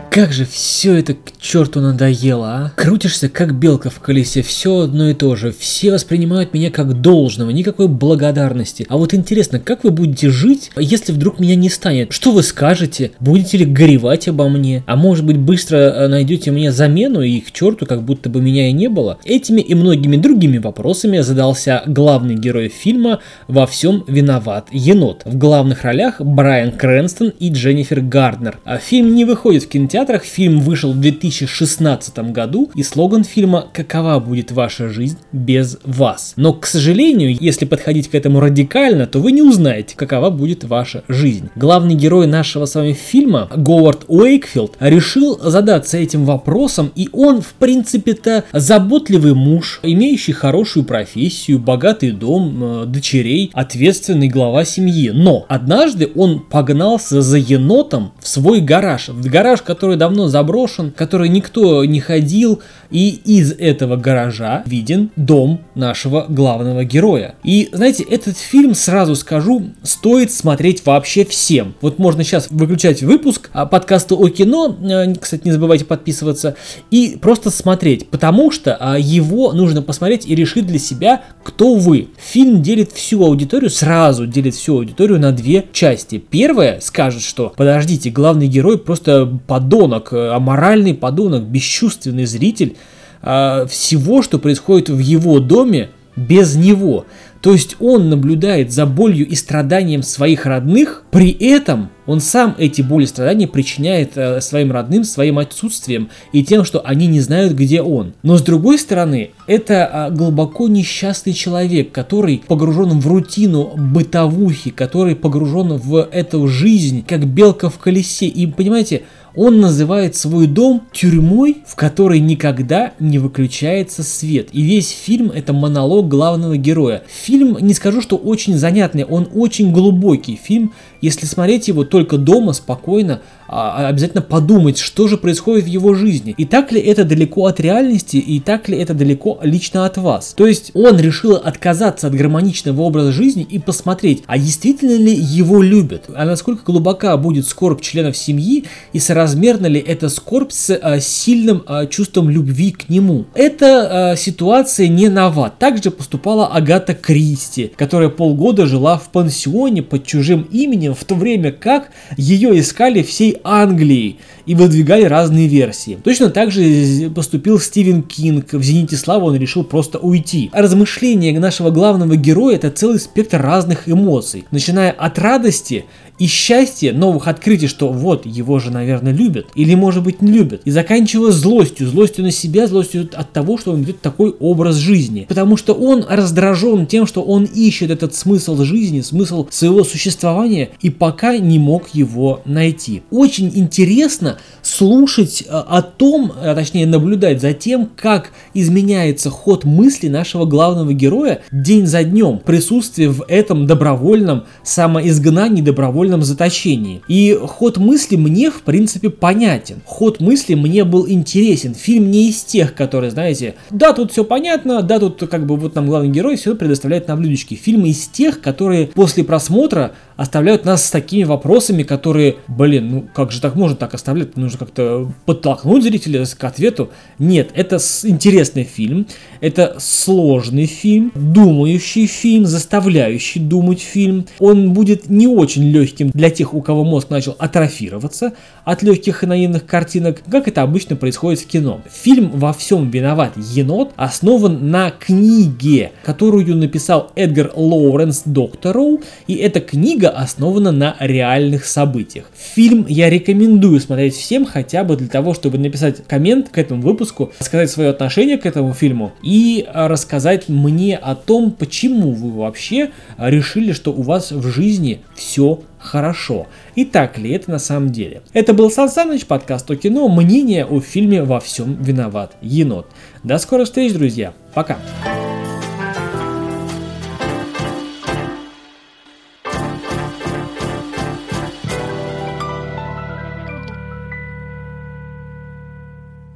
Как же все это к черту надоело, а? Крутишься как белка в колесе, все одно и то же. Все воспринимают меня как должного, никакой благодарности. А вот интересно, как вы будете жить, если вдруг меня не станет? Что вы скажете? Будете ли горевать обо мне? А может быть, быстро найдете мне замену и к черту, как будто бы меня и не было? Этими и многими другими вопросами задался главный герой фильма «Во всем виноват енот». В главных ролях Брайан Крэнстон и Дженнифер Гарднер. Фильм не выходит в кинотеатрах, фильм вышел в 2016 году, и слоган фильма «Какова будет ваша жизнь без вас?». Но, к сожалению, если подходить к этому радикально, то вы не узнаете, какова будет ваша жизнь. Главный герой нашего с вами фильма, Говард Уэйкфилд, решил задаться этим вопросом, и он, в принципе-то, заботливый муж, имеющий хорошую профессию, богатый дом, дочерей, ответственный глава семьи. Но однажды он погнался за енотом в свой гараж, который давно заброшен, в который никто не ходил, и из этого гаража виден дом нашего главного героя. И, знаете, этот фильм, сразу скажу, стоит смотреть вообще всем. Вот можно сейчас выключать выпуск подкаста о кино, кстати, не забывайте подписываться, и просто смотреть, потому что его нужно посмотреть и решить для себя, кто вы. Фильм делит всю аудиторию, сразу делит всю аудиторию на две части. Первая скажет, что подождите, главный герой просто подонок, аморальный подонок, бесчувственный зритель всего, что происходит в его доме без него. То есть он наблюдает за болью и страданием своих родных, при этом он сам эти боли и страдания причиняет своим родным, своим отсутствием и тем, что они не знают, где он. Но с другой стороны, это глубоко несчастный человек, который погружен в рутину бытовухи, который погружен в эту жизнь, как белка в колесе. И понимаете, он называет свой дом тюрьмой, в которой никогда не выключается свет. И весь фильм — это монолог главного героя. Фильм, не скажу, что очень занятный, он очень глубокий фильм. Если смотреть его только дома, спокойно, обязательно подумать, что же происходит в его жизни. И так ли это далеко от реальности, и так ли это далеко лично от вас. То есть он решил отказаться от гармоничного образа жизни и посмотреть, а действительно ли его любят, а насколько глубока будет скорбь членов семьи, и соразмерна ли эта скорбь с сильным чувством любви к нему. Эта ситуация не нова. Также поступала Агата Кристи, которая полгода жила в пансионе под чужим именем, в то время как ее искали всей Англии и выдвигали разные версии. Точно так же поступил Стивен Кинг. В «Зените славы» он решил просто уйти. А размышления нашего главного героя — это целый спектр разных эмоций, начиная от радости и счастья, новых открытий, что вот, его же, наверное, любят, или, может быть, не любят, и заканчивая злостью на себя, злостью от того, что он ведет такой образ жизни, потому что он раздражен тем, что он ищет этот смысл жизни, смысл своего существования, и пока не мог его найти. Очень интересно слушать о том, а точнее наблюдать за тем, как изменяется ход мысли нашего главного героя день за днем, присутствие в этом добровольном самоизгнании, добровольном заточении. И ход мысли мне, в принципе, понятен. Ход мысли мне был интересен. Фильм не из тех, которые, знаете, да, тут все понятно, да, тут как бы вот нам главный герой все предоставляет на блюдечке. Фильм из тех, которые после просмотра оставляют нас с такими вопросами, которые, ну как же так можно так оставлять? Нужно как-то подтолкнуть зрителя к ответу. Нет, это интересный фильм, это сложный фильм, думающий фильм, заставляющий думать фильм. Он будет не очень легким для тех, у кого мозг начал атрофироваться от легких и наивных картинок, как это обычно происходит в кино. Фильм «Во всем виноват енот» основан на книге, которую написал Эдгар Лоуренс Доктороу, и эта книга основана на реальных событиях. Фильм я рекомендую смотреть всем, хотя бы для того, чтобы написать коммент к этому выпуску, сказать свое отношение к этому фильму и рассказать мне о том, почему вы вообще решили, что у вас в жизни все хорошо. И так ли это на самом деле? Это был Сан Саныч, подкаст о кино, мнение о фильме «Во всем виноват енот». До скорых встреч, друзья. Пока.